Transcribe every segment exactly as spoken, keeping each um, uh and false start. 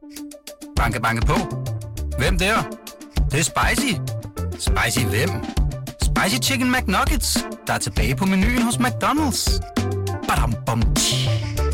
Banke, banke på. Hvem der? Det, det er spicy. Spicy hvem? Spicy Chicken McNuggets, der er tilbage på menuen hos McDonald's. Badum, bom, tji.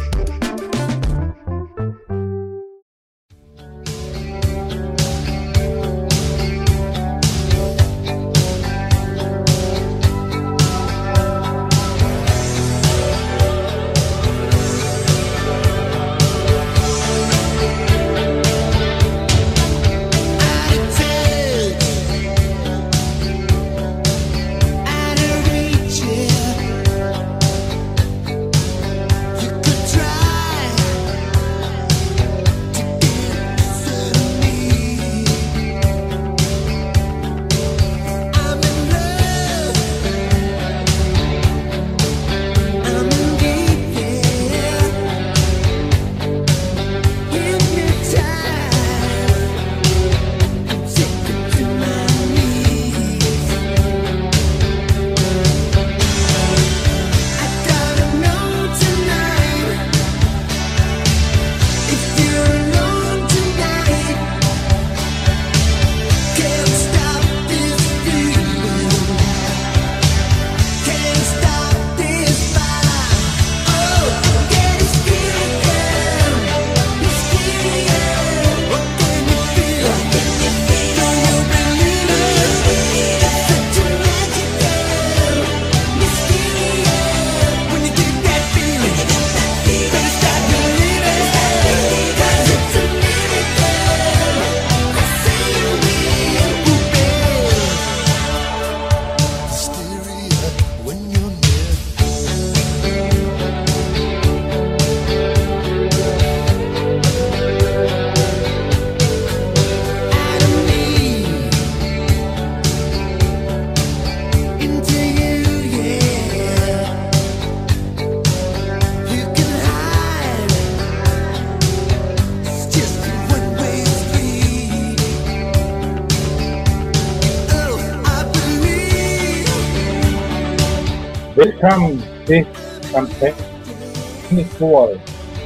Velkommen til kampagnesporet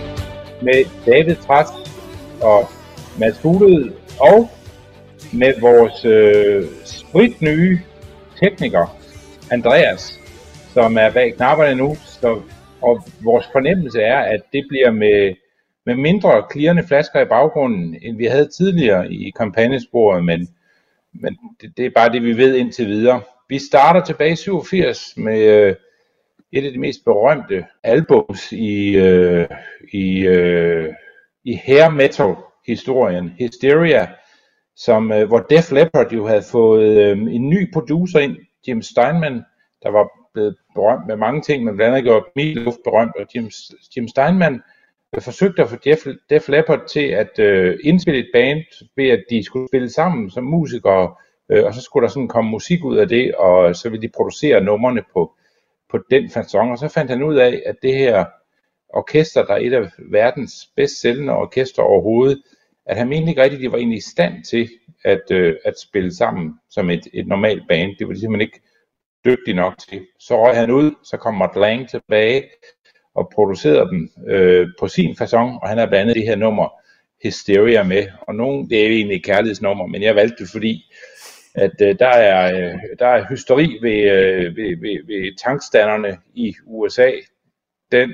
med David Trask og Mads Fuglede og med vores øh, spritnye tekniker Andreas, som er bag knapperne nu. Så, og vores fornemmelse er, at det bliver med, med mindre klirrende flasker i baggrunden, end vi havde tidligere i kampagnesporet, men, men det, det er bare det, vi ved indtil videre. Vi starter tilbage i syvogfirs med øh, et af de mest berømte albums i, øh, i, øh, i hair metal historien, Hysteria, som, øh, hvor Def Leppard jo havde fået øh, en ny producer ind, Jim Steinman, der var blevet berømt med mange ting, men blandt andet gjort Meatloaf berømt, og Jim, Jim Steinman øh, forsøgte at få Def, Def Leppard til at øh, indspille et band, ved at de skulle spille sammen som musikere, øh, og så skulle der sådan komme musik ud af det, og så ville de producere numrene på på den facon, og så fandt han ud af, at det her orkester, der er et af verdens bedst sælgende orkester overhovedet, at han mente ikke rigtigt, at de var egentlig i stand til at, øh, at spille sammen som et, et normalt band. Det var de simpelthen ikke dygtige nok til. Så røg han ud, så kom Mutt Lange tilbage og producerede dem øh, på sin facon, og han har blandet det her nummer Hysteria med, og nogen, det er egentlig et kærlighedsnummer, men jeg valgte det, fordi at øh, der, er, øh, der er hysteri ved, øh, ved, ved, ved tankstanderne i U S A. Den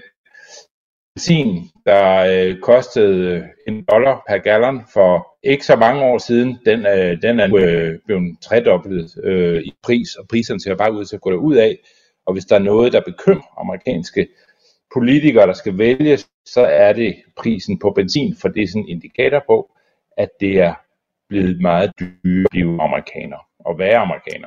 benzin, der øh, kostede en dollar per gallon for ikke så mange år siden, den, øh, den er nu øh, blevet tredoblet øh, i pris, og priserne ser bare ud til at gå derud af. Og hvis der er noget, der bekymrer amerikanske politikere, der skal vælges, så er det prisen på benzin, for det er sådan en indikator på, at det er blevet meget dyre at blive amerikaner og være amerikaner.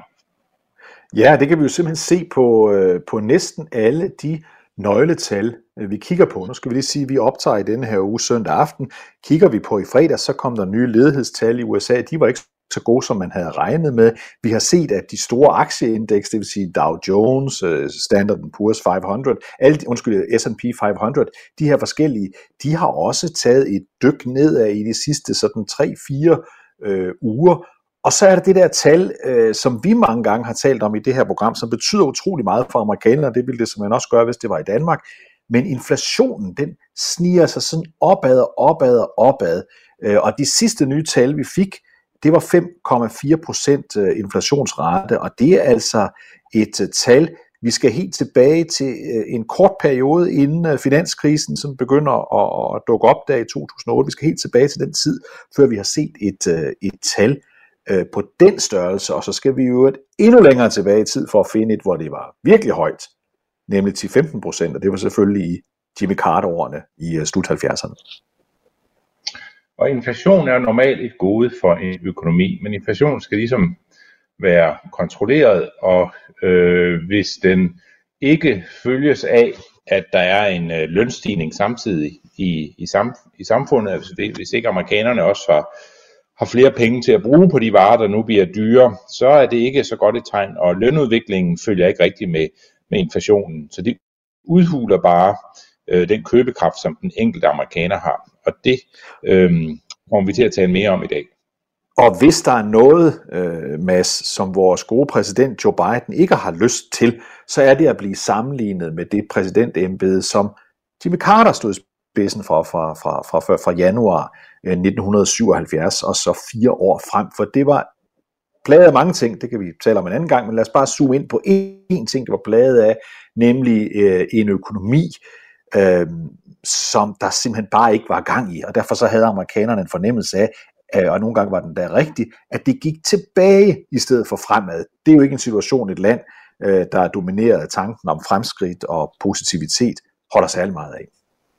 Ja, det kan vi jo simpelthen se på, øh, på næsten alle de nøgletal, øh, vi kigger på. Nu skal vi lige sige, at vi optager i denne her uge søndag aften. Kigger vi på i fredag, så kom der nye ledighedstal i U S A. De var ikke så gode, som man havde regnet med. Vi har set, at de store aktieindeks, det vil sige Dow Jones, uh, Standard and Poor's fem hundrede, alle de, undskyld, S and P fem hundrede, de her forskellige, de har også taget et dyk nedad i de sidste sådan tre fire øh, uger. Og så er der det der tal, øh, som vi mange gange har talt om i det her program, som betyder utrolig meget for amerikanerne, det ville det simpelthen også gøre, hvis det var i Danmark, men inflationen, den sniger sig sådan opad og opad og opad, og de sidste nye tal, vi fik, det var fem komma fire procent inflationsrate, og det er altså et tal, vi skal helt tilbage til en kort periode inden finanskrisen, som begynder at, at dukke op der i to tusind og otte. Vi skal helt tilbage til den tid, før vi har set et, et tal på den størrelse, og så skal vi jo et endnu længere tilbage i tid for at finde et, hvor det var virkelig højt, nemlig til femten procent, og det var selvfølgelig i Jimmy Carter-årene i slut halvfjerdserne. Og inflation er normalt et gode for en økonomi, men inflation skal ligesom være kontrolleret, og øh, hvis den ikke følges af, at der er en øh, lønstigning samtidig i, i, sam, i samfundet, altså det, hvis ikke amerikanerne også har, har flere penge til at bruge på de varer, der nu bliver dyre, så er det ikke så godt et tegn, og lønudviklingen følger ikke rigtig med, med inflationen, så det udhuler bare øh, den købekraft, som den enkelte amerikaner har, og det øh, kommer vi til at tale mere om i dag. Og hvis der er noget, øh, Mads, som vores gode præsident Joe Biden ikke har lyst til, så er det at blive sammenlignet med det præsidentembede, som Jimmy Carter stod i spidsen fra, fra, fra, fra, fra januar nitten syvoghalvfjerds og så fire år frem. For det var plaget af mange ting, det kan vi tale om en anden gang, men lad os bare zoome ind på én ting, det var plaget af, nemlig øh, en økonomi, øh, som der simpelthen bare ikke var gang i. Og derfor så havde amerikanerne en fornemmelse af, og nogle gange var den der rigtig, at det gik tilbage i stedet for fremad. Det er jo ikke en situation, et land, der er domineret af tanken om fremskridt og positivitet, holder særlig meget af.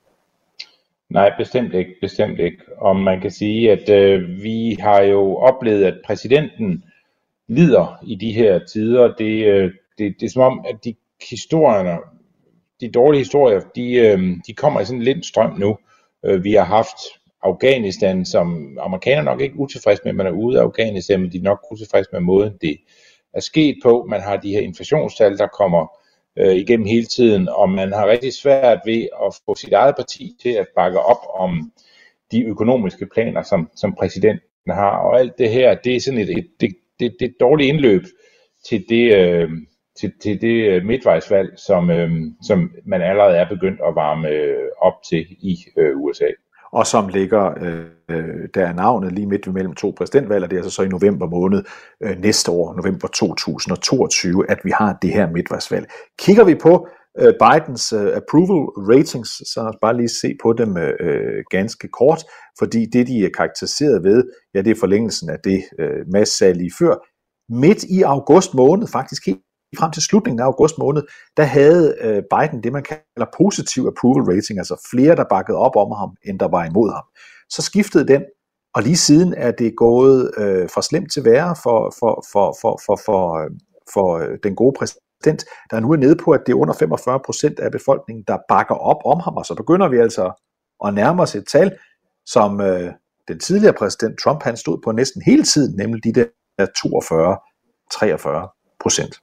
Nej, bestemt ikke, bestemt ikke. Og man kan sige, at øh, vi har jo oplevet, at præsidenten lider i de her tider. Det, øh, det, det er som om, at de historierne, de dårlige historier, de, øh, de kommer i sådan en lind strøm nu. Øh, vi har haft Afghanistan, som amerikanerne nok ikke utilfreds med, man er ude af Afghanistan, men de er nok utilfreds med måden, det er sket på. Man har de her inflationstal, der kommer øh, igennem hele tiden, og man har rigtig svært ved at få sit eget parti til at bakke op om de økonomiske planer, som, som præsidenten har. Og alt det her, det er sådan et, et, det, det, det er et dårligt indløb til det, øh, til, til det midtvejsvalg, som, øh, som man allerede er begyndt at varme øh, op til i øh, U S A. Og som ligger, øh, der er navnet lige midt mellem to præsidentvalg, og det er altså så i november måned øh, næste år, november to tusind og toogtyve, at vi har det her midtvejsvalg. Kigger vi på øh, Bidens øh, approval ratings, så bare lige se på dem øh, ganske kort, fordi det, de er karakteriseret ved, ja, det er forlængelsen af det, øh, Mads sagde lige før. Midt i august måned, faktisk helt frem til slutningen af august måned, der havde øh, Biden det, man kalder positiv approval rating, altså flere, der bakkede op om ham, end der var imod ham. Så skiftede den, og lige siden er det gået øh, fra slemt til værre for, for, for, for, for, for, øh, for øh, den gode præsident, der nu er nede på, at det er under femogfyrre procent af befolkningen, der bakker op om ham, og så begynder vi altså at nærme os et tal, som øh, den tidligere præsident Trump, han stod på næsten hele tiden, nemlig de der toogfyrre til treogfyrre procent.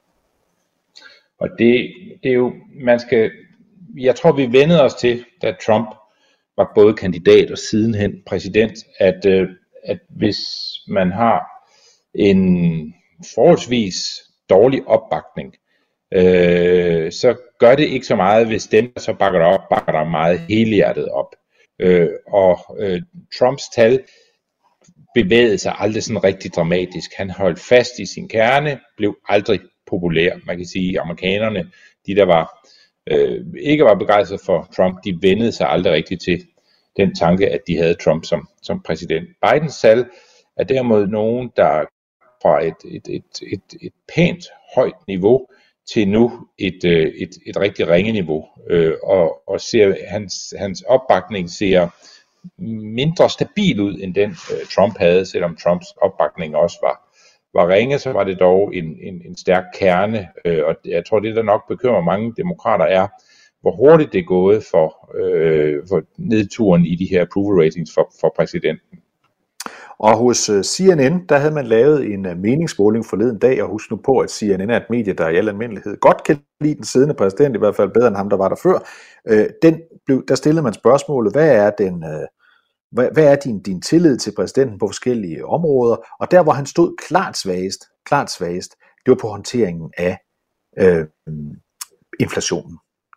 Og det, det er jo, man skal, jeg tror vi vendede os til, da Trump var både kandidat og sidenhen præsident, at, at hvis man har en forholdsvis dårlig opbakning, øh, så gør det ikke så meget, hvis dem, der så bakker der op, bakker der meget helhjertet op. Øh, og øh, Trumps tal bevægede sig aldrig sådan rigtig dramatisk. Han holdt fast i sin kerne, blev aldrig populær. Man kan sige, at amerikanerne, de der var øh, ikke var begejstret for Trump, de vendede sig aldrig rigtigt til den tanke, at de havde Trump som, som præsident. Bidens tal er derimod nogen, der fra et, et, et, et, et pænt højt niveau til nu et, et, et rigtig ringe niveau. Øh, og og ser, hans, hans opbakning ser mindre stabil ud, end den øh, Trump havde, selvom Trumps opbakning også var var ringe, så var det dog en, en, en stærk kerne, øh, og jeg tror, det der nok bekymrer mange demokrater er, hvor hurtigt det er gået for, øh, for nedturen i de her approval ratings for, for præsidenten. Og hos C N N, der havde man lavet en meningsmåling forleden dag, og husk nu på, at C N N er et medie, der i al almindelighed godt kan lide den siddende præsident, i hvert fald bedre end ham, der var der før. Øh, den blev, der stillede man spørgsmålet, hvad er den... Øh, Hvad, hvad er din, din tillid til præsidenten på forskellige områder? Og der, hvor han stod klart svagest, klart svagest, det var på håndteringen af øh, inflationen.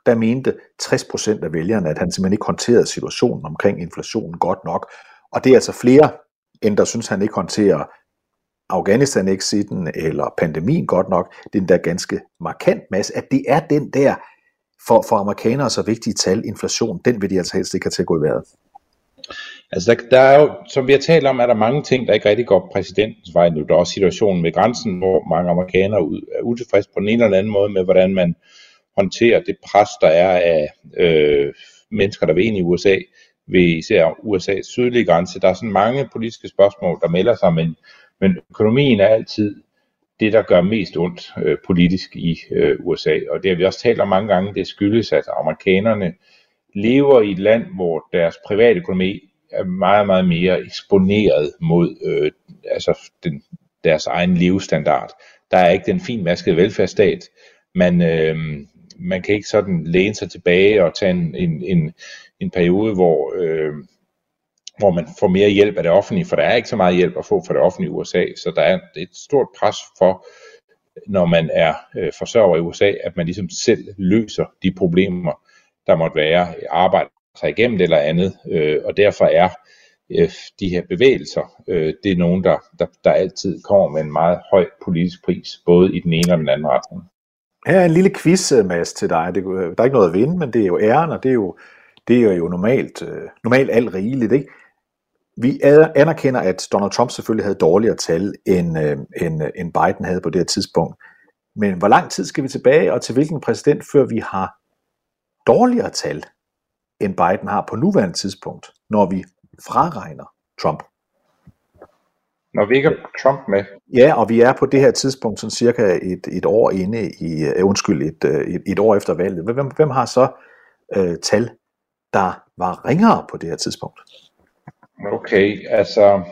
der mente tres procent af vælgerne, at han simpelthen ikke håndterede situationen omkring inflationen godt nok. Og det er altså flere, end der synes, han ikke håndterer Afghanistan-exiten eller pandemien godt nok. Det er en der ganske markant masse, at det er den der, for, for amerikanere så vigtige tal, inflation, den vil de altså helst ikke have til at gå i vejret. Altså der, der er jo, som vi har talt om, er der mange ting, der ikke rigtig går præsidentens vej nu. Der er også situationen med grænsen, hvor mange amerikanere er utilfredse på den ene eller anden måde med, hvordan man håndterer det pres, der er af øh, mennesker, der vil ind i U S A, ved især U S A's sydlige grænse. Der er sådan mange politiske spørgsmål, der melder sig, men, men økonomien er altid det, der gør mest ondt øh, politisk i øh, U S A. Og det har vi også talt om mange gange, det skyldes, at amerikanerne lever i et land, hvor deres private økonomi er meget, meget mere eksponeret mod øh, altså den, deres egen levestandard. Der er ikke den finmaskede velfærdsstat. Man, øh, man kan ikke sådan læne sig tilbage og tage en, en, en, en periode, hvor, øh, hvor man får mere hjælp af det offentlige, for der er ikke så meget hjælp at få fra det offentlige i U S A, så der er et stort pres for, når man er øh, forsørger i U S A, at man ligesom selv løser de problemer, der måtte være, arbejde sig igennem det eller andet, øh, og derfor er øh, de her bevægelser, øh, det er nogen, der, der, der altid kommer med en meget høj politisk pris, både i den ene og den anden retning. Her er en lille quiz, Mads, til dig. Det, der er ikke noget at vinde, men det er jo æren, og det er jo, det er jo normalt, øh, normalt alt rigeligt, ikke? Vi anerkender, at Donald Trump selvfølgelig havde dårligere tal, end, øh, end, end Biden havde på det her tidspunkt. Men hvor lang tid skal vi tilbage, og til hvilken præsident, før vi har dårligere tal, end Biden har på nuværende tidspunkt, når vi fraregner Trump? Når vi ikke har Trump med. Ja, og vi er på det her tidspunkt sådan cirka et, et år inde i, uh, undskyld, et, et, et år efter valget. Hvem, hvem har så uh, tal, der var ringere på det her tidspunkt? Okay, altså,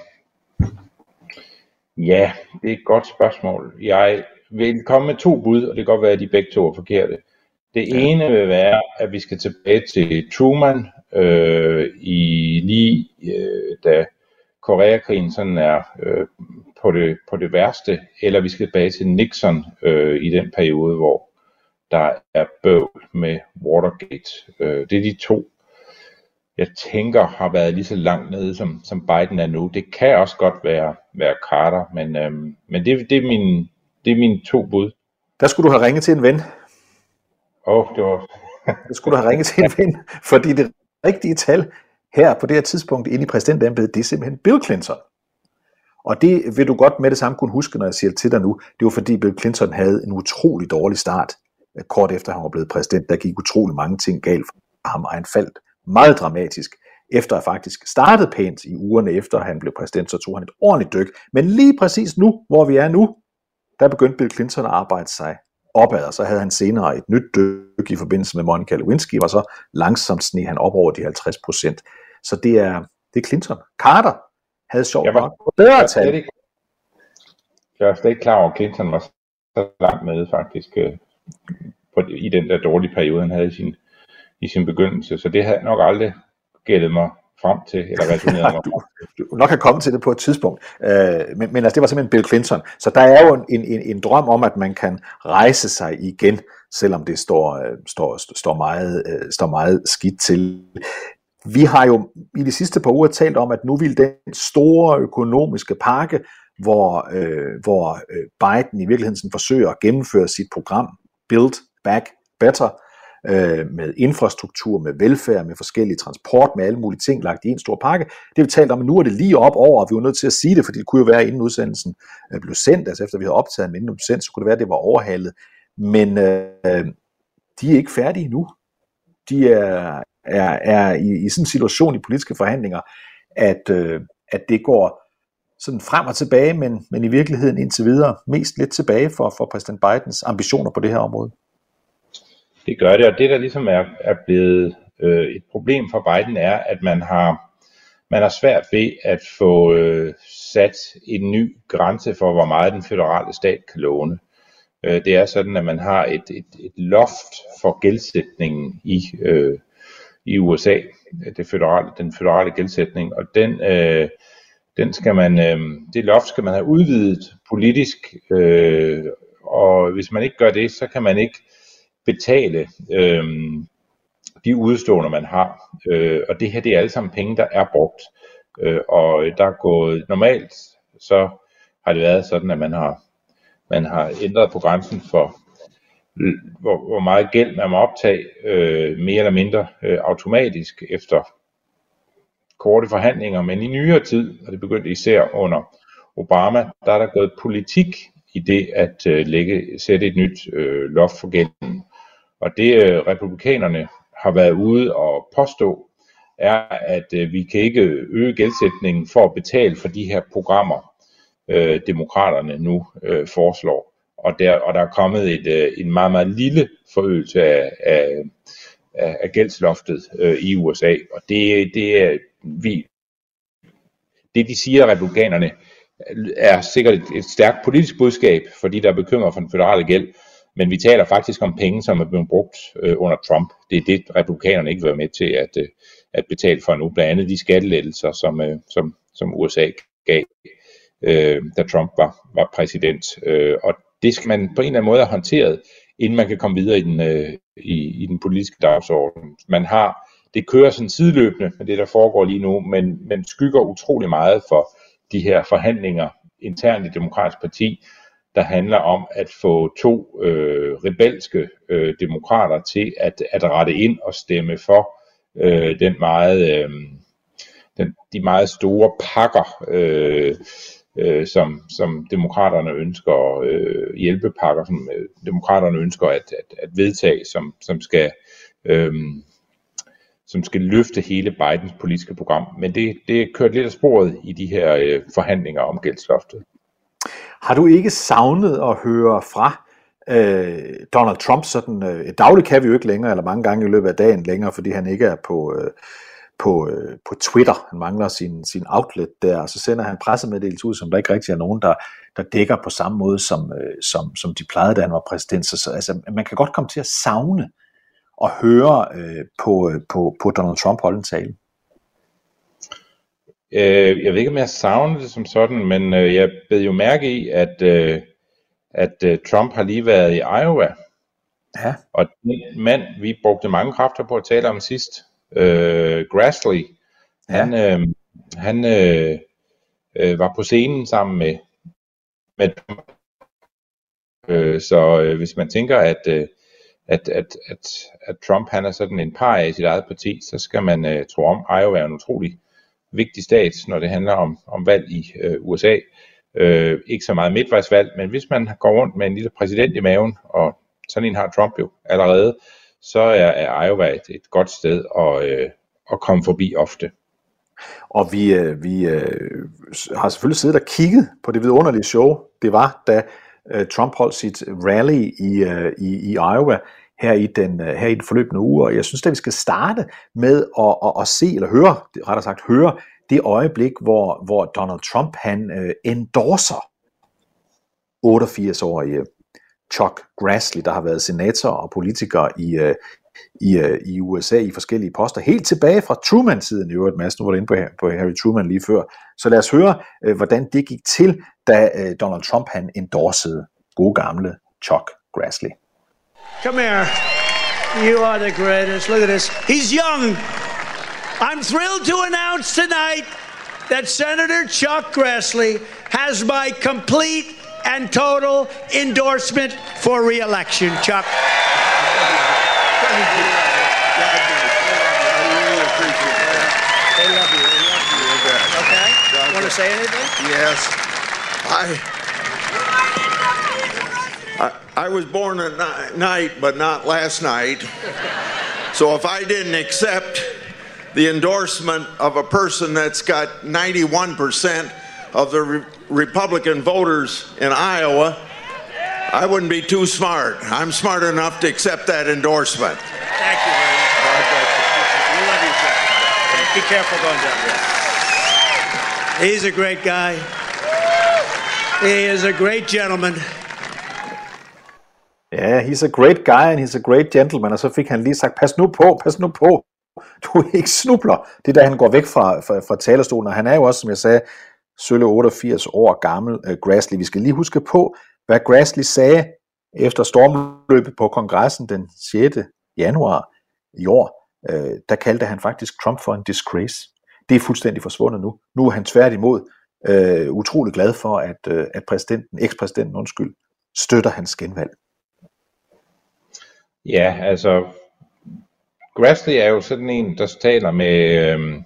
ja, det er et godt spørgsmål. Jeg vil komme med to bud, og det kan godt være, at de begge to er forkerte. Det ene vil være, at vi skal tilbage til Truman, øh, i lige øh, da Koreakrigen sådan er øh, på, det, på det værste, eller vi skal tilbage til Nixon øh, i den periode, hvor der er bøvl med Watergate. Øh, det er de to, jeg tænker har været lige så langt nede, som, som Biden er nu. Det kan også godt være, være Carter, men, øh, men det, det, er min, det er mine to bud. Der skulle du have ringet til en ven. Åh, oh, det var... Der skulle du have ringet til en ven, fordi det rigtige tal her på det her tidspunkt inde i præsidentembedet, det er simpelthen Bill Clinton. Og det vil du godt med det samme kunne huske, når jeg siger til dig nu. Det var fordi Bill Clinton havde en utrolig dårlig start. Kort efter han var blevet præsident, der gik utrolig mange ting galt for ham, og han faldt meget dramatisk. Efter at faktisk startede pænt i ugerne efter han blev præsident, så tog han et ordentligt dyk. Men lige præcis nu, hvor vi er nu, der begyndte Bill Clinton at arbejde sig opad, og så havde han senere et nyt dyk i forbindelse med Monica Lewinsky, og så langsomt sneg han op over de halvtreds procent. Så det er, det er Clinton. Carter havde sjovt nok bedre tal. Jeg er slet ikke klar over, at Clinton var så langt med faktisk øh, på, i den der dårlige periode, han havde i sin, i sin begyndelse. Så det havde nok aldrig gældet mig frem til, eller resoneret mig. du, du nok har kommet til det på et tidspunkt. Øh, men, men altså, det var simpelthen Bill Clinton. Så der er jo en, en, en drøm om, at man kan rejse sig igen, selvom det står, står, står, meget, står meget skidt til. Vi har jo i de sidste par uger talt om, at nu vil den store økonomiske pakke, hvor, øh, hvor Biden i virkeligheden sådan forsøger at gennemføre sit program Build Back Better, øh, med infrastruktur, med velfærd, med forskellige transport, med alle mulige ting lagt i en stor pakke. Det vi talt om, nu er det lige op over, og vi var nødt til at sige det, fordi det kunne jo være, inden udsendelsen øh, blev sendt, altså efter vi havde optaget, men inden den blev sendt, så kunne det være, at det var overhalet. Men øh, de er ikke færdige endnu. De er, er, er i, i sådan en situation i politiske forhandlinger, at, øh, at det går sådan frem og tilbage, men, men i virkeligheden indtil videre mest lidt tilbage for, for præsident Bidens ambitioner på det her område. Det gør det, og det der ligesom er, er blevet øh, et problem for Biden er, at man har, man har svært ved at få øh, sat en ny grænse for, hvor meget den føderale stat kan låne. Øh, det er sådan, at man har et, et, et loft for gældsætningen i, øh, i U S A, det føderale, den føderale gældsætning, og den, øh, den skal man, øh, det loft skal man have udvidet politisk, øh, og hvis man ikke gør det, så kan man ikke betale øh, de udstående, man har. Øh, og det her, det er alle sammen penge, der er brugt. Øh, og der er gået, normalt så har det været sådan, at man har, man har ændret på grænsen for, hvor, hvor meget gæld man må optage, øh, mere eller mindre øh, automatisk efter korte forhandlinger. Men i nyere tid, og det begyndte især under Obama, der er der gået politik i det at øh, lægge, sætte et nyt øh, loft for gælden. Og det øh, republikanerne har været ude og påstå, er, at øh, vi kan ikke øge gældsætningen for at betale for de her programmer, øh, demokraterne nu øh, foreslår. Og der, og der er kommet et, øh, en meget, meget lille forøgelse af, af, af, af gældsloftet øh, i U S A. Og det, det er, vi, det de siger, republikanerne, er sikkert et, et stærkt politisk budskab, fordi der er bekymret for den føderale gæld. Men vi taler faktisk om penge, som er blevet brugt øh, under Trump. Det er det, republikanerne ikke vil være med til at, øh, at betale for nu. Blandt andet de skattelettelser, som, øh, som, som U S A gav, øh, da Trump var, var præsident. Øh, og det skal man på en eller anden måde have håndteret, inden man kan komme videre i den, øh, i, i den politiske dagsorden. Man har, det kører sådan sideløbende med det, der foregår lige nu, men, men skygger utrolig meget for de her forhandlinger internt i det demokratiske parti, der handler om at få to øh, rebelske øh, demokrater til at, at rette ind og stemme for øh, den meget, øh, den, de meget store pakker, øh, øh, som, som demokraterne ønsker, øh, hjælpepakker, som øh, demokraterne ønsker at, at, at vedtage, som, som skal øh, som skal løfte hele Bidens politiske program. Men det, det er kørt lidt af sporet i de her øh, forhandlinger om gældsloftet. Har du ikke savnet at høre fra øh, Donald Trump sådan, øh, dagligt kan vi jo ikke længere, eller mange gange i løbet af dagen længere, fordi han ikke er på, øh, på, øh, på Twitter. Han mangler sin, sin outlet der, og så sender han pressemeddelelse ud, som der ikke rigtig er nogen, der, der dækker på samme måde, som, øh, som, som de plejede, da han var præsident. Så, så altså, man kan godt komme til at savne og høre øh, på, på, på Donald Trump holde en tale. Øh, jeg ved ikke, om jeg savner det som sådan, men øh, jeg bed jo mærke i, at, øh, at øh, Trump har lige været i Iowa. Ja. Og den mand, vi brugte mange kræfter på at tale om sidst, øh, Grassley, ja. han, øh, han øh, øh, var på scenen sammen med, med øh, så øh, hvis man tænker, at øh, At, at, at, at Trump han er sådan en par af sit eget parti, så skal man uh, tro om. Iowa er en utrolig vigtig stat, når det handler om, om valg i uh, U S A. Uh, ikke så meget midtvejsvalg, men hvis man går rundt med en lille præsident i maven, og sådan en har Trump jo allerede, så er, er Iowa et, et godt sted at, uh, at komme forbi ofte. Og vi, uh, vi uh, har selvfølgelig siddet og kigget på det vidunderlige show, det var, da uh, Trump holdt sit rally i, uh, i, i Iowa, her i den, her i den forløbende uge, og jeg synes, at vi skal starte med at, at, at se, eller høre, rettere sagt høre, det øjeblik, hvor, hvor Donald Trump, han øh, endorser otteogfirs-årige Chuck Grassley, der har været senator og politiker i, øh, i, øh, i U S A i forskellige poster, helt tilbage fra Truman-tiden i øvrigt, Mads, nu var det inde på, på Harry Truman lige før. Så lad os høre, øh, hvordan det gik til, da øh, Donald Trump, han endorsede gode gamle Chuck Grassley. Come here. You are the greatest. Look at this. He's young. I'm thrilled to announce tonight that Senator Chuck Grassley has my complete and total endorsement for re-election. Chuck. Thank you. I really appreciate that. They love you. They love you. Okay. okay. Want to say anything? Yes. I... I, I was born at night, but not last night. So if I didn't accept the endorsement of a person that's got ninety-one percent of the re- Republican voters in Iowa, I wouldn't be too smart. I'm smart enough to accept that endorsement. Thank you very much. We love you, sir. Be careful going down there. He's a great guy. He is a great gentleman. Ja, yeah, he's a great guy, and he's a great gentleman, og så fik han lige sagt, pas nu på, pas nu på, du ikke snubler. Det er da han går væk fra, fra, fra talerstolen, og han er jo også, som jeg sagde, sølle otteogfirs år gammel uh, Grassley. Vi skal lige huske på, hvad Grassley sagde efter stormløbet på kongressen den sjette januar i år, øh, der kaldte han faktisk Trump for en disgrace. Det er fuldstændig forsvundet nu. Nu er han tværtimod øh, utrolig glad for, at, øh, at præsidenten, ekspræsidenten, undskyld, støtter hans genvalg. Ja, altså, Grassley er jo sådan en, der taler med, øh,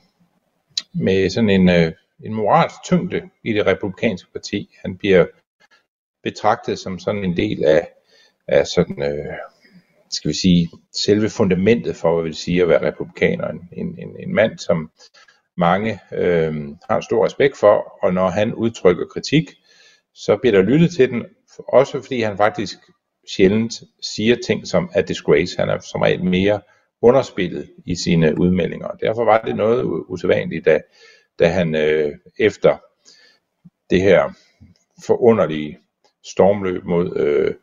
med sådan en, øh, en moralsk tyngde i det republikanske parti. Han bliver betragtet som sådan en del af, af sådan, øh, skal vi sige, selve fundamentet for, hvad det vil sige at være republikaner. En, en, en mand, som mange øh, har stor respekt for, og når han udtrykker kritik, så bliver der lyttet til den, også fordi han faktisk sjældent siger ting som a disgrace. Han er som regel mere underspillet i sine udmeldinger. Derfor var det noget usædvanligt, da, da han øh, efter det her forunderlige stormløb mod øh,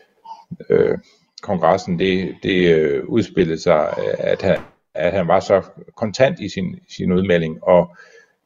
øh, kongressen, det, det øh, udspillede sig, at han, at han var så kontant i sin, sin udmelding, og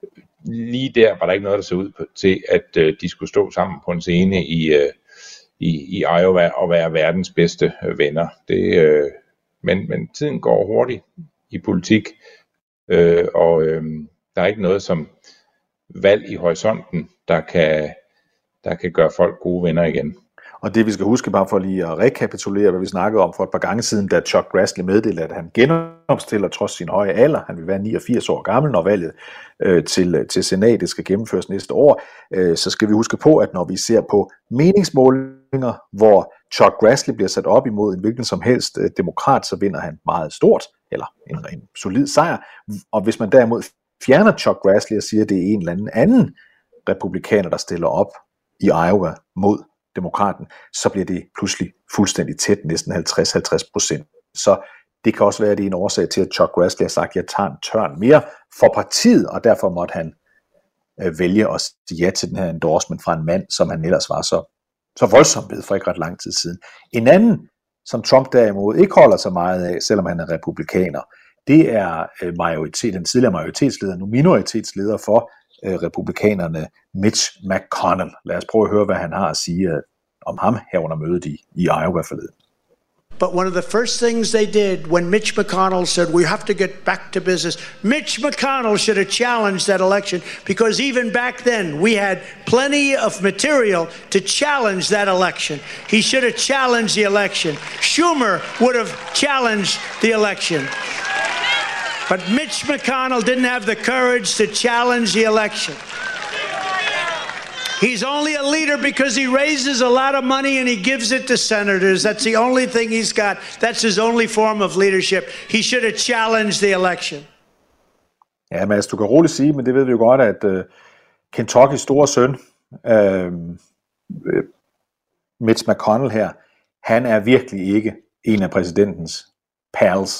lige der var der ikke noget, der så ud på, til, at øh, de skulle stå sammen på en scene i, øh, i, i Iowa og være verdens bedste øh, venner. Det, øh, men, men tiden går hurtigt i politik, øh, og øh, der er ikke noget som valg i horisonten, der kan, der kan gøre folk gode venner igen. Og det vi skal huske, bare for lige at rekapitulere, hvad vi snakkede om for et par gange siden, da Chuck Grassley meddelte, at han genopstiller trods sin høje alder. Han vil være niogfirs år gammel, når valget øh, til, til senatet skal gennemføres næste år. Øh, så skal vi huske på, at når vi ser på meningsmålinger, hvor Chuck Grassley bliver sat op imod en hvilken som helst øh, demokrat, så vinder han meget stort, eller en, en solid sejr. Og hvis man derimod fjerner Chuck Grassley og siger, at det er en eller anden anden republikaner, der stiller op i Iowa mod demokraten, så bliver det pludselig fuldstændig tæt, næsten halvtreds til halvtreds procent. Så det kan også være, at det er en årsag til, at Chuck Grassley har sagt, at jeg tager en tørn mere for partiet, og derfor måtte han øh, vælge at sige ja til den her endorsement fra en mand, som han ellers var så, så voldsomt ved for ikke ret lang tid siden. En anden, som Trump derimod ikke holder så meget af, selvom han er republikaner, det er øh, majoritet, den tidligere majoritetsleder, nu minoritetsleder for øh, republikanerne, Mitch McConnell. Lad os prøve at høre, hvad han har at sige øh, om ham her under mødet i, i Iowa forleden. But one of the first things they did when Mitch McConnell said, we have to get back to business, Mitch McConnell should have challenged that election, because even back then we had plenty of material to challenge that election. He should have challenged the election. Schumer would have challenged the election. But Mitch McConnell didn't have the courage to challenge the election. He's only a leader because he raises a lot of money and he gives it to senators. That's the only thing he's got. That's his only form of leadership. He should have challenged the election. Ja, Mads, du kan roligt sige, men det ved vi jo godt, at uh, Kentuckys store søn, uh, Mitch McConnell her, han er virkelig ikke en af præsidentens pals.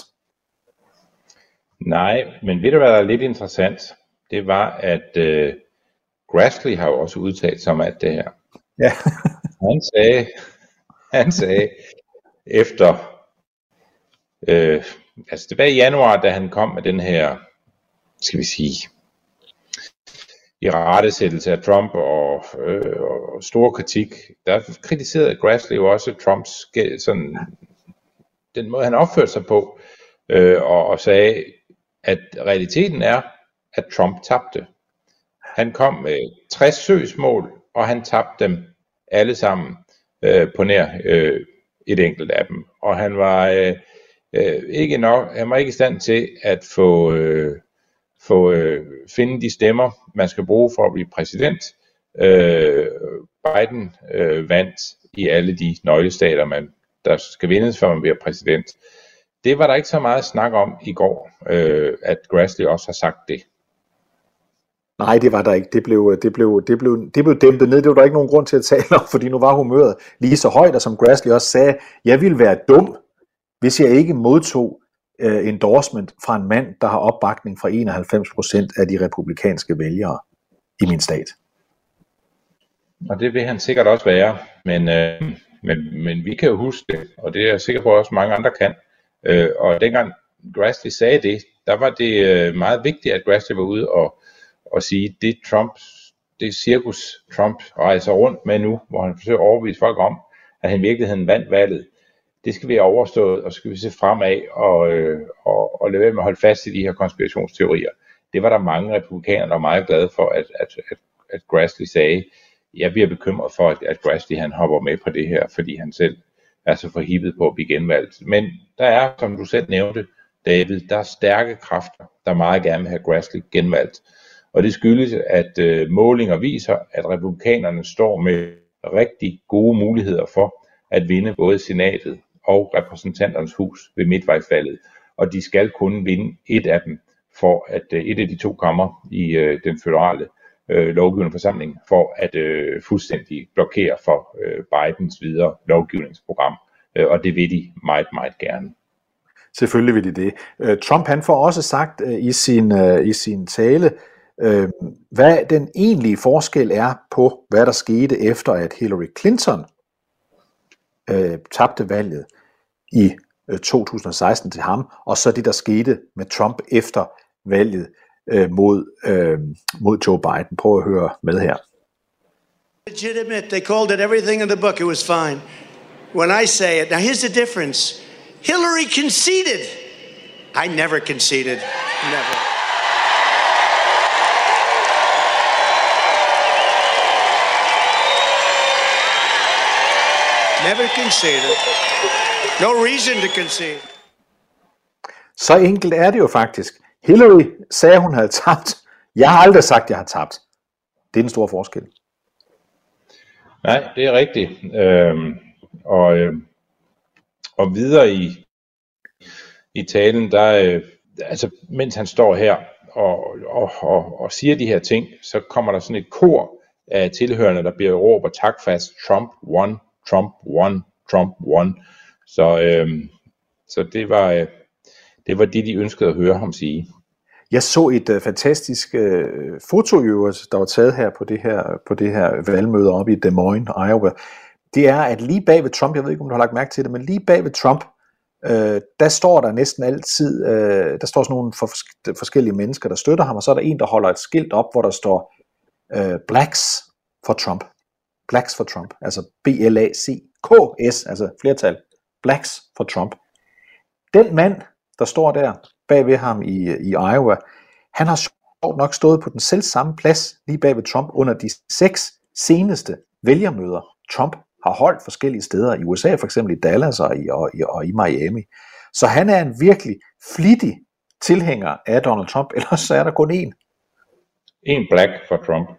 Nej, men ved du hvad der er lidt interessant? Det var, at øh, Grassley har jo også udtalt sig om alt det her. Ja. han sagde, han sagde efter, øh, altså tilbage i januar, da han kom med den her, skal vi sige, irettesættelse af Trump og, øh, og stor kritik, der kritiserede Grassley jo også Trumps sådan, den måde han opførte sig på, øh, og, og sagde, at realiteten er, at Trump tabte. Han kom med tres søgsmål, og han tabte dem alle sammen øh, på nær øh, et enkelt af dem. Og han var øh, øh, ikke nok, han var ikke i stand til at få, øh, få øh, finde de stemmer, man skal bruge for at blive præsident. Øh, Biden øh, vandt i alle de nøglestater, man, der skal vindes, før man bliver præsident. Det var der ikke så meget snak om i går, øh, at Grassley også har sagt det. Nej, det var der ikke. Det blev, det, blev, det, blev, det blev dæmpet ned. Det var der ikke nogen grund til at tale om, fordi nu var humøret lige så højt, og som Grassley også sagde, jeg ville være dum, hvis jeg ikke modtog uh, endorsement fra en mand, der har opbakning fra enoghalvfems procent af de republikanske vælgere i min stat. Og det vil han sikkert også være, men, øh, men, men vi kan jo huske det, og det er jeg sikker på, at også mange andre kan. Øh, og dengang Grassley sagde det, der var det øh, meget vigtigt, at Grassley var ude og, og sige, det Trump, det cirkus Trump rejser rundt med nu, hvor han forsøger at overbevise folk om, at han i virkeligheden vandt valget. Det skal vi have overstået, og så skal vi se fremad og, øh, og, og lade være med at holde fast i de her konspirationsteorier. Det var der mange republikanere, der var meget glade for, at, at, at, at Grassley sagde. Jeg bliver bekymret for, at, at Grassley han hopper med på det her, fordi han selv er så forhippet på at blive genvalgt. Men der er, som du selv nævnte, David, der er stærke kræfter, der meget gerne vil have Grassley genvalgt. Og det skyldes, at øh, målinger viser, at republikanerne står med rigtig gode muligheder for at vinde både senatet og repræsentanternes hus ved midtvejsvalget. Og de skal kun vinde et af dem, for at øh, et af de to kammer i øh, den føderale øh, lovgivende forsamling, for at øh, fuldstændig blokere for øh, Bidens videre lovgivningsprogram. Øh, og det vil de meget, meget gerne. Selvfølgelig vil de det. Øh, Trump han får også sagt øh, i, sin, øh, i sin tale, øh, hvad den egentlige forskel er på, hvad der skete efter, at Hillary Clinton øh, tabte valget i øh, to tusind og seksten til ham, og så det, der skete med Trump efter valget øh, mod, øh, mod Joe Biden. Prøv at høre med her. Legitimate. They called it everything in the book. It was fine. When I say it, now here's the difference. Hillary conceded. I never conceded. Never. Never conceded. No reason to concede. Så enkelt er det jo faktisk. Hillary sagde, hun havde tabt. Jeg har aldrig sagt, jeg har tabt. Det er den store forskel. Nej, det er rigtigt. Øhm, og, øh, og videre i, i talen, der, øh, altså, mens han står her og, og, og, og siger de her ting, så kommer der sådan et kor af tilhørende, der bliver råber takfast, Trump won, Trump won, Trump won. Så, øh, så det var... Øh, Det var det, de ønskede at høre ham sige. Jeg så et uh, fantastisk uh, foto, der var taget her på det her, på det her valgmøde oppe i Des Moines, Iowa. Det er, at lige bag ved Trump, jeg ved ikke, om du har lagt mærke til det, men lige bag ved Trump, uh, der står der næsten altid, uh, der står sådan nogle for, forskellige mennesker, der støtter ham, og så er der en, der holder et skilt op, hvor der står uh, Blacks for Trump. Blacks for Trump, altså B L A C K S, altså flertal. Blacks for Trump. Den mand, der står der bag ved ham i, i Iowa, han har sjovt nok stået på den selv samme plads lige bag ved Trump under de seks seneste vælgermøder, Trump har holdt forskellige steder i U S A, for eksempel i Dallas og i, og, og i Miami. Så han er en virkelig flittig tilhænger af Donald Trump, ellers så er der kun én. En black for Trump.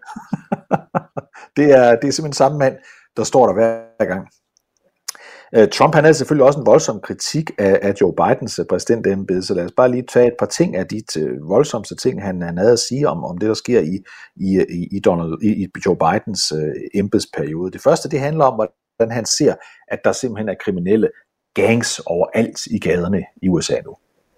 det, er, det er simpelthen samme mand, der står der hver gang. Trump han havde selvfølgelig også en voldsom kritik af, af Joe Bidens præsidentembede, så lad os bare lige tage et par ting af de voldsomste ting, han, han havde at sige om, om det, der sker i, i, i, Donald, i, i Joe Bidens uh, embedsperiode. Det første, det handler om, hvordan han ser, at der simpelthen er kriminelle gangs overalt i gaderne i U S A nu.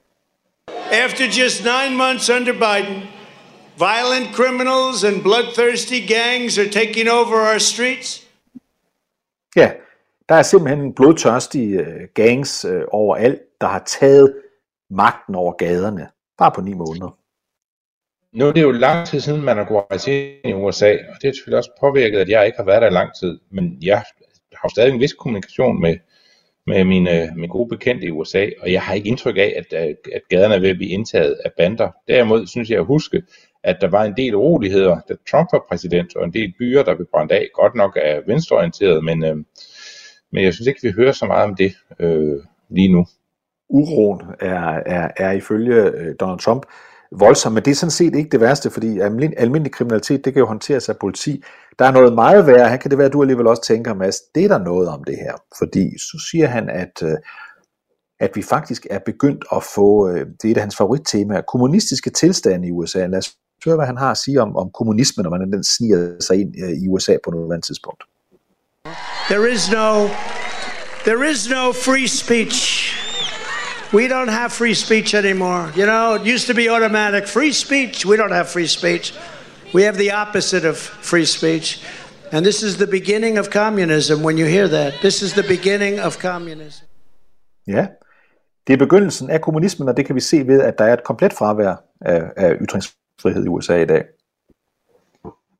After just nine months under Biden, violent criminals and bloodthirsty gangs are taking over our streets. Ja, der er simpelthen blodtørstige uh, gangs uh, overalt, der har taget magten over gaderne, bare på ni måneder. Nu er det jo lang tid siden, man har gået rejse ind i U S A, og det er selvfølgelig også påvirket, at jeg ikke har været der i lang tid, men jeg har stadig en vis kommunikation med, med mine, mine gode bekendte i U S A, og jeg har ikke indtryk af, at, at gaderne er ved at blive indtaget af bander. Derimod synes jeg at huske, at der var en del uroligheder, da Trump var præsident, og en del byer, der blev brændt af, godt nok er venstreorienteret, men, øh, men jeg synes ikke, vi hører så meget om det øh, lige nu. Uroen er, er, er ifølge Donald Trump voldsom, men det er sådan set ikke det værste, fordi almindelig, almindelig kriminalitet, det kan jo håndteres af politi. Der er noget meget værre, her kan det være, at du alligevel også tænker, Mads, det er der noget om det her, fordi så siger han, at, at vi faktisk er begyndt at få, det er et af hans favorittemaer, kommunistiske tilstande i U S A. Lad os høre, hvad han har at sige om, om kommunismen, og hvordan den sniger sig ind i U S A på noget tidspunkt. There is no, there is no free speech. We don't have free speech anymore. You know, it used to be automatic. Free speech. We don't have free speech. We have the opposite of free speech. And this is the beginning of communism when you hear that. This is the beginning of communism. Ja, det er begyndelsen af kommunismen, og det kan vi se ved, at der er et komplet fravær af, af ytringsfrihed i U S A i dag.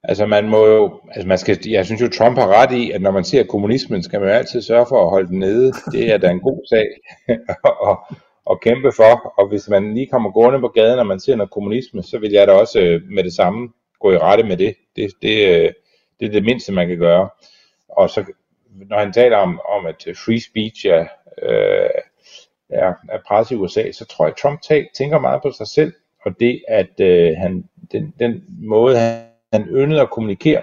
Altså man må jo, altså man skal, jeg synes jo Trump har ret i, at når man ser kommunismen, skal man jo altid sørge for at holde den nede. Det er da en god sag at, at kæmpe for, og hvis man lige kommer gående på gaden, når man ser noget kommunisme, så vil jeg da også med det samme gå i rette med det. Det, det, det er det mindste, man kan gøre. Og så når han taler om, om at free speech er, øh, er, er pres i U S A, så tror jeg, at Trump tænker meget på sig selv, og det, at øh, han, den, den måde, han, han yndede at kommunikere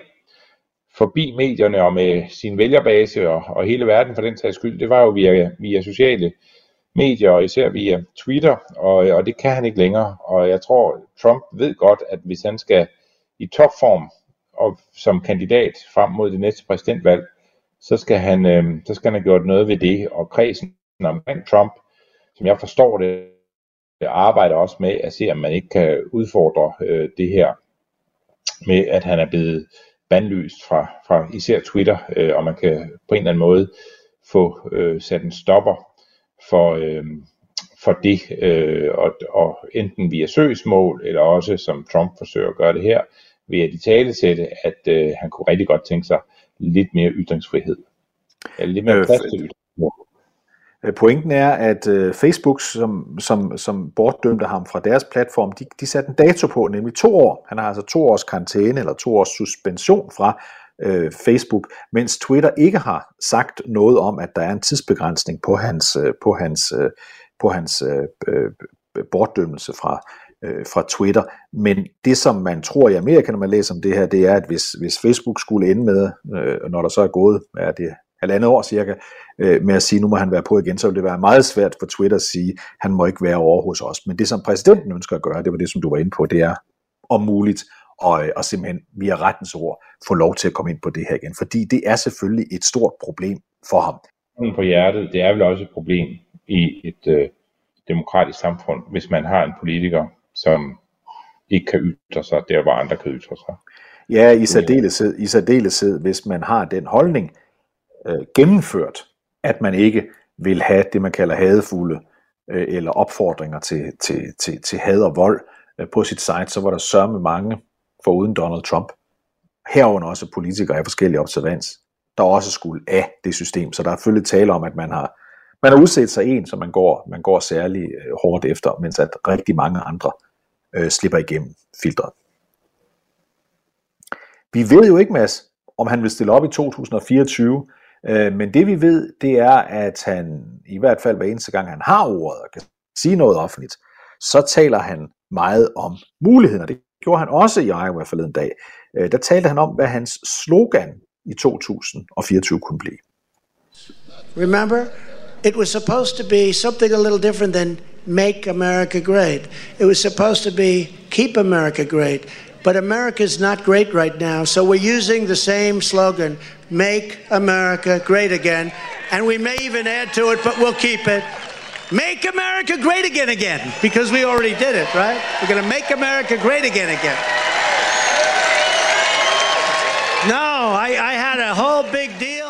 forbi medierne og med sin vælgerbase og, og hele verden for den sags skyld, det var jo via, via sociale medier, og især via Twitter, og, og det kan han ikke længere. Og jeg tror, Trump ved godt, at hvis han skal i topform og som kandidat frem mod det næste præsidentvalg, så skal han, øh, så skal han have gjort noget ved det, og kredsen omkring Trump, som jeg forstår det, arbejder også med at se, om man ikke kan udfordre øh, det her med, at han er blevet bandlyst fra, fra især Twitter, øh, og man kan på en eller anden måde få øh, sat en stopper for, øh, for det, øh, og, og enten via søgsmål, eller også som Trump forsøger at gøre det her, ved at italesætte, at øh, han kunne rigtig godt tænke sig lidt mere ytringsfrihed. Eller lidt mere plads til ytringsfrihed. Pointen er, at øh, Facebook, som, som, som bortdømte ham fra deres platform, de, de satte en dato på, nemlig to år. Han har altså to års karantæne, eller to års suspension fra øh, Facebook, mens Twitter ikke har sagt noget om, at der er en tidsbegrænsning på hans, øh, på hans, øh, på hans øh, bortdømmelse fra, øh, fra Twitter. Men det, som man tror i Amerika, når man læser om det her, det er, at hvis, hvis Facebook skulle ende med, øh, når der så er gået, er det halvandet år cirka, øh, med at sige, nu må han være på igen, så vil det være meget svært for Twitter at sige, han må ikke være over hos os. Men det, som præsidenten ønsker at gøre, det var det, som du var inde på, det er om muligt at, at simpelthen via rettens ord få lov til at komme ind på det her igen. Fordi det er selvfølgelig et stort problem for ham. På hjertet, det er vel også et problem i et øh, demokratisk samfund, hvis man har en politiker, som ikke kan ytre sig der, hvor andre kan ytre sig. Ja, i særdeleshed, i særdeleshed hvis man har den holdning, Øh, gennemført, at man ikke vil have det, man kalder hadefulde øh, eller opfordringer til, til, til, til had og vold øh, på sit site, så var der sørme mange foruden Donald Trump, herunder også politikere af forskellige observans, der også skulle af det system. Så der er selvfølgelig tale om, at man har, man har udset sig en, som man går, man går særlig øh, hårdt efter, mens at rigtig mange andre øh, slipper igennem filtret. Vi ved jo ikke, Mads, om han vil stille op i to tusind og fireogtyve, men det vi ved, det er, at han i hvert fald hver eneste gang, han har ordet og kan sige noget offentligt, så taler han meget om muligheder. Det gjorde han også i Iowa forleden dag. Der talte han om, hvad hans slogan i to tusind og fireogtyve kunne blive. Remember, it was supposed to be something a little different than make America great. It was supposed to be keep America great. But America's not great right now, so we're using the same slogan, make America great again. And we may even add to it, but we'll keep it. Make America great again again, because we already did it, right? We're going to make America great again again. No, I, I had a whole big deal.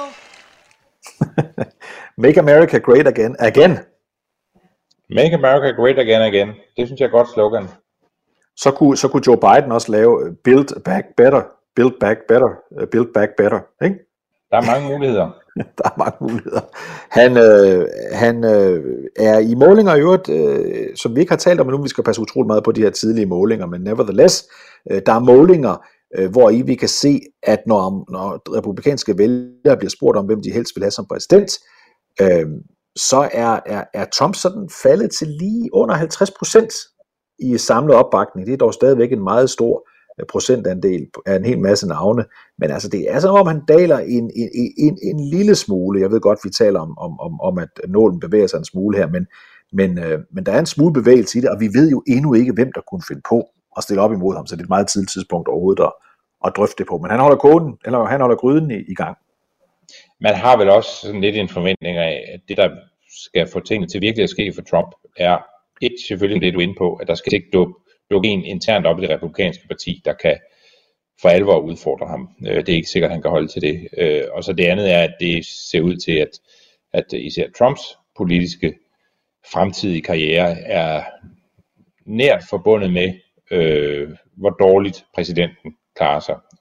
Make America great again again. Make America great again again. Det synes jeg er godt slogan. Så kunne, så kunne Joe Biden også lave Build Back Better, Build Back Better, Build Back Better, ikke? Der er mange muligheder. Der er mange muligheder. Han, øh, han øh, er i målinger i øvrigt, øh, som vi ikke har talt om nu, vi skal passe utroligt meget på de her tidlige målinger, men nevertheless, øh, der er målinger, øh, hvor i vi kan se, at når, når republikanske vælgere bliver spurgt om, hvem de helst vil have som præsident, øh, så er, er, er Trump sådan faldet til lige under halvtreds procent i samlet opbakning. Det er dog stadigvæk en meget stor procentandel af en hel masse navne, men altså det er som om han daler en, en, en, en lille smule. Jeg ved godt, vi taler om, om, om, om at nålen bevæger sig en smule her, men, men, øh, men der er en smule bevægelse i det, og vi ved jo endnu ikke, hvem der kunne finde på at stille op imod ham, så det er et meget tidligt tidspunkt overhovedet at, at drøfte det på. Men han holder koden, eller han holder gryden i, i gang. Man har vel også sådan lidt en forventning af, at det der skal få tingene til virkelig at ske for Trump, er et, selvfølgelig det du er inde på, at der skal ikke dukke dukke en internt op i det republikanske parti, der kan for alvor udfordre ham. Det er ikke sikkert, at han kan holde til det. Og så det andet er, at det ser ud til, at, at især Trumps politiske fremtidige karriere er nært forbundet med, øh, hvor dårligt præsidenten klarer sig.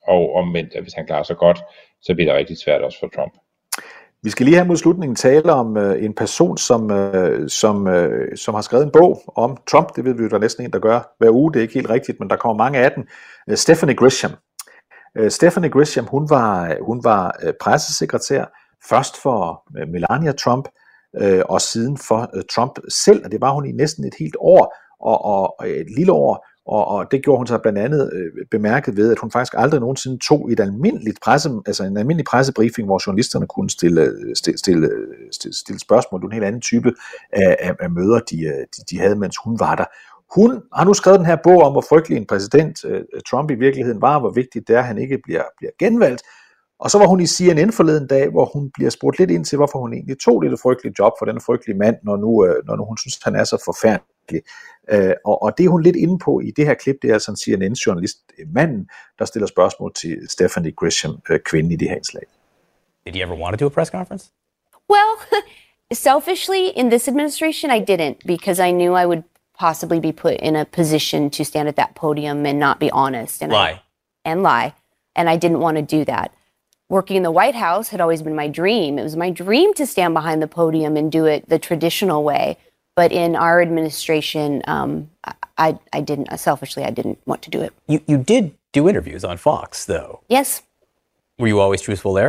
og omvendt, at hvis han klarer sig godt, så bliver det rigtig svært også for Trump. Vi skal lige her mod slutningen tale om øh, en person, som, øh, som, øh, som har skrevet en bog om Trump. Det ved vi jo, der er næsten en, der gør hver uge. Det er ikke helt rigtigt, men der kommer mange af den. Øh, Stephanie Grisham. Øh, Stephanie Grisham, hun var, hun var øh, pressesekretær, først for øh, Melania Trump, øh, og siden for øh, Trump selv, og det var hun i næsten et helt år, og, og, og et lille år, og, og det gjorde hun så blandt andet øh, bemærket ved, at hun faktisk aldrig nogensinde tog et almindeligt presse, altså en almindelig pressebriefing, hvor journalisterne kunne stille, stille, stille, stille, stille spørgsmål. Det var en helt anden type af, af, af møder, de, de, de havde, mens hun var der. Hun har nu skrevet den her bog om, hvor frygtelig en præsident øh, Trump i virkeligheden var, hvor vigtigt det er, at han ikke bliver, bliver genvalgt. Og så var hun i C N N forleden dag, hvor hun bliver spurgt lidt ind til, hvorfor hun egentlig tog det frygtelige job for den frygtelige mand, når nu, øh, når nu hun synes, han er så forfærdelig. Øh, og, og det er hun lidt inde på i det her klip, det er altså en C N N-journalist, manden, der stiller spørgsmål til Stephanie Grisham, øh, kvinden i det her indslag. Did you ever want to do a press conference? Well, selfishly, in this administration, I didn't, because I knew I would possibly be put in a position to stand at that podium and not be honest. And Lie. I, and lie. And I didn't want to do that. Working in the White House had always been my dream. It was my dream to stand behind the podium and do it the traditional way. But in our administration, um, I, I didn't, selfishly, I didn't want to do it. You you did do interviews on Fox, though. Yes. Were you always truthful there?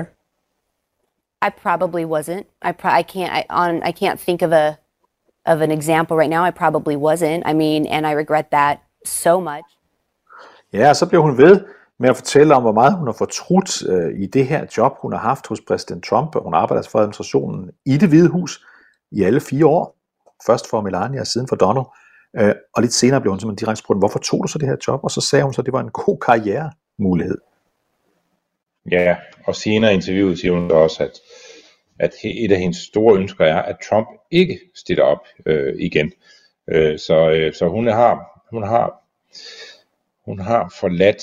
I probably wasn't. I pro- I can't I on I can't think of a of an example right now. I probably wasn't. I mean, and I regret that so much. Ja, så blev hun ved med at fortælle om, hvor meget hun har fortrudt øh, i det her job, hun har haft hos præsident Trump. Hun arbejder for administrationen i Det Hvide Hus i alle fire år. Først for Melania og siden for Donald. Øh, og lidt senere blev hun simpelthen direkte spurgt, hvorfor tog du så det her job? Og så sagde hun så, at det var en god karrieremulighed. Ja, og senere i interviewet siger hun også, at, at et af hendes store ønsker er, at Trump ikke stiller op øh, igen. Øh, så, øh, så hun har, hun har, hun har forladt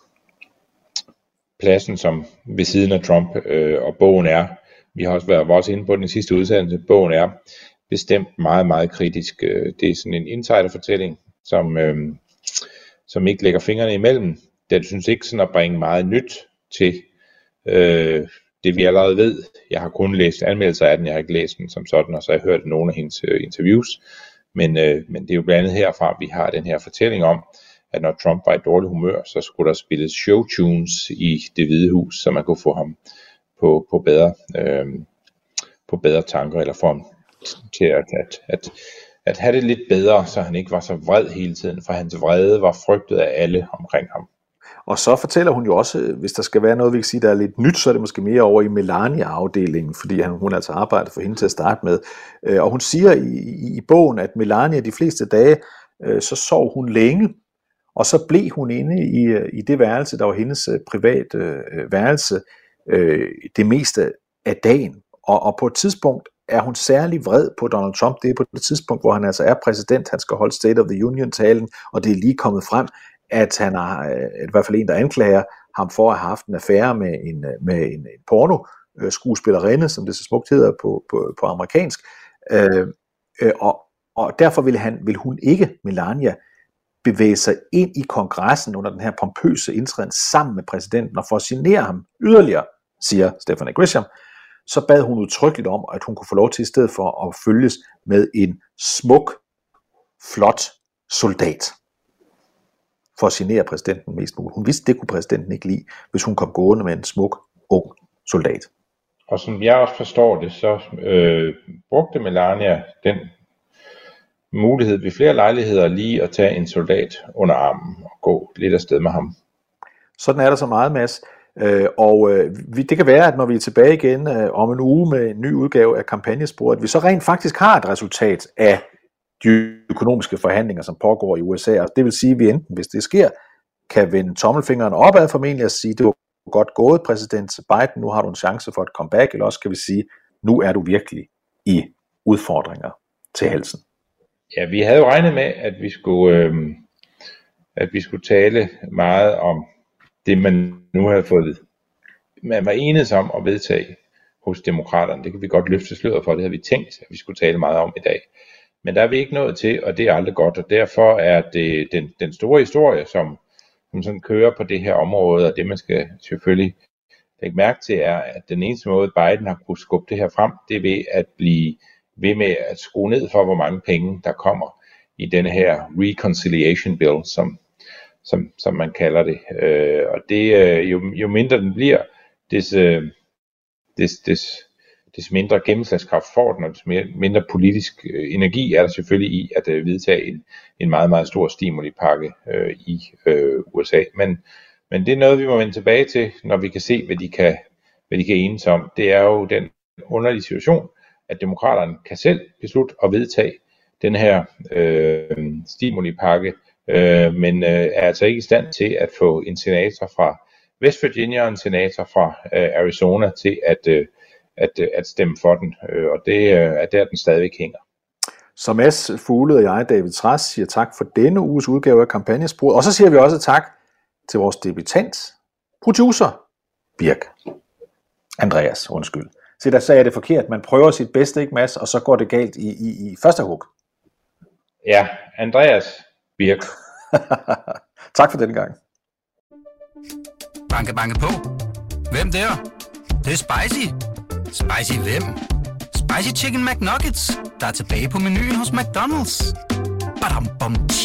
pladsen som ved siden af Trump, øh, og bogen er, vi har også været også inde på den sidste udsendelse, bogen er bestemt meget, meget kritisk. Det er sådan en insiderfortælling, som, øh, som ikke lægger fingrene imellem. Den synes ikke sådan at bringe meget nyt til øh, det, vi allerede ved. Jeg har kun læst anmeldelser af den, jeg har ikke læst den som sådan, og så har jeg hørt nogle af hendes øh, interviews. Men, øh, men det er jo blandt andet herfra, vi har den her fortælling om, at når Trump var i dårlig humør, så skulle der spilles showtunes i Det Hvide Hus, så man kunne få ham på, på, bedre, øh, på bedre tanker, eller få ham til at, at, at, at have det lidt bedre, så han ikke var så vred hele tiden, for hans vrede var frygtet af alle omkring ham. Og så fortæller hun jo også, hvis der skal være noget, vi kan sige, der er lidt nyt, så er det måske mere over i Melania-afdelingen, fordi han, hun altså arbejder for hende til at starte med. Og hun siger i, i, i bogen, at Melania de fleste dage, så sov hun længe, og så blev hun inde i, i det værelse, der var hendes private øh, værelse, øh, det meste af dagen. Og, og på et tidspunkt er hun særlig vred på Donald Trump. Det er på det tidspunkt, hvor han altså er præsident. Han skal holde State of the Union-talen, og det er lige kommet frem, at han har, i hvert fald en, der anklager ham for at have haft en affære med en, med en, en porno-skuespillerinde, som det så smukt hedder på, på, på amerikansk. Øh, øh, og, og derfor vil, han, vil hun ikke, Melania, bevæge sig ind i kongressen under den her pompøse indtræden sammen med præsidenten og for at genere ham yderligere, siger Stephanie Grisham. Så bad hun udtrykkeligt om, at hun kunne få lov til i stedet for at følges med en smuk, flot soldat for at genere præsidenten mest muligt. Hun vidste, det kunne præsidenten ikke lide, hvis hun kom gående med en smuk, ung soldat. Og som jeg også forstår det, så øh, brugte Melania den mulighed ved flere lejligheder lige at tage en soldat under armen og gå lidt afsted med ham. Sådan er der så meget, Mads. Øh, og øh, det kan være, at når vi er tilbage igen øh, om en uge med en ny udgave af kampagnesporet, vi så rent faktisk har et resultat af de økonomiske forhandlinger, som pågår i U S A. Og det vil sige, at vi enten, hvis det sker, kan vende tommelfingeren opad formentlig og sige, det var godt gået, præsident Biden, nu har du en chance for et comeback, eller også kan vi sige, nu er du virkelig i udfordringer til halsen. Ja, vi havde jo regnet med, at vi skulle, øh, at vi skulle tale meget om det, man nu havde fået. Man var enedes om at vedtage hos demokraterne. Det kan vi godt løfte sløret for. Det havde vi tænkt, at vi skulle tale meget om i dag. Men der er vi ikke nået til, og det er aldrig godt. Og derfor er det den, den store historie, som som sådan kører på det her område, og det man skal selvfølgelig lægge mærke til er, at den eneste måde Biden har kunnet skubbe det her frem, det er ved at blive ved med at skrue ned for, hvor mange penge der kommer i denne her reconciliation bill, som, som, som man kalder det. Øh, og det, øh, jo, jo mindre den bliver, des, øh, des, des, des mindre gennemslagskraft får den, og des mere, mindre politisk øh, energi er der selvfølgelig i at øh, vedtage en, en meget, meget stor stimulipakke øh, i øh, U S A. Men, men det er noget, vi må vende tilbage til, når vi kan se, hvad de kan, hvad de kan enes om. Det er jo den underlige situation, at demokraterne kan selv beslutte at vedtage den her øh, stimulipakke, øh, men øh, er altså ikke i stand til at få en senator fra West Virginia og en senator fra øh, Arizona til at, øh, at, øh, at stemme for den, øh, og det øh, er der, den stadigvæk hænger. Så Mads Fuglede og jeg, David Trads, siger tak for denne uges udgave af Kampagnesporet, og så siger vi også tak til vores debutant, producer, Birk. Andreas, undskyld. Se, der sagde jeg det forkert. Man prøver sit bedste, ikke Mads, og så går det galt i, i, i første hug. Ja, Andreas Birk. Tak for denne gang. Banke, banke på. Hvem der? Det, det er spicy. Spicy hvem? Spicy Chicken McNuggets, der er tilbage på menuen hos McDonald's. Badum, bom,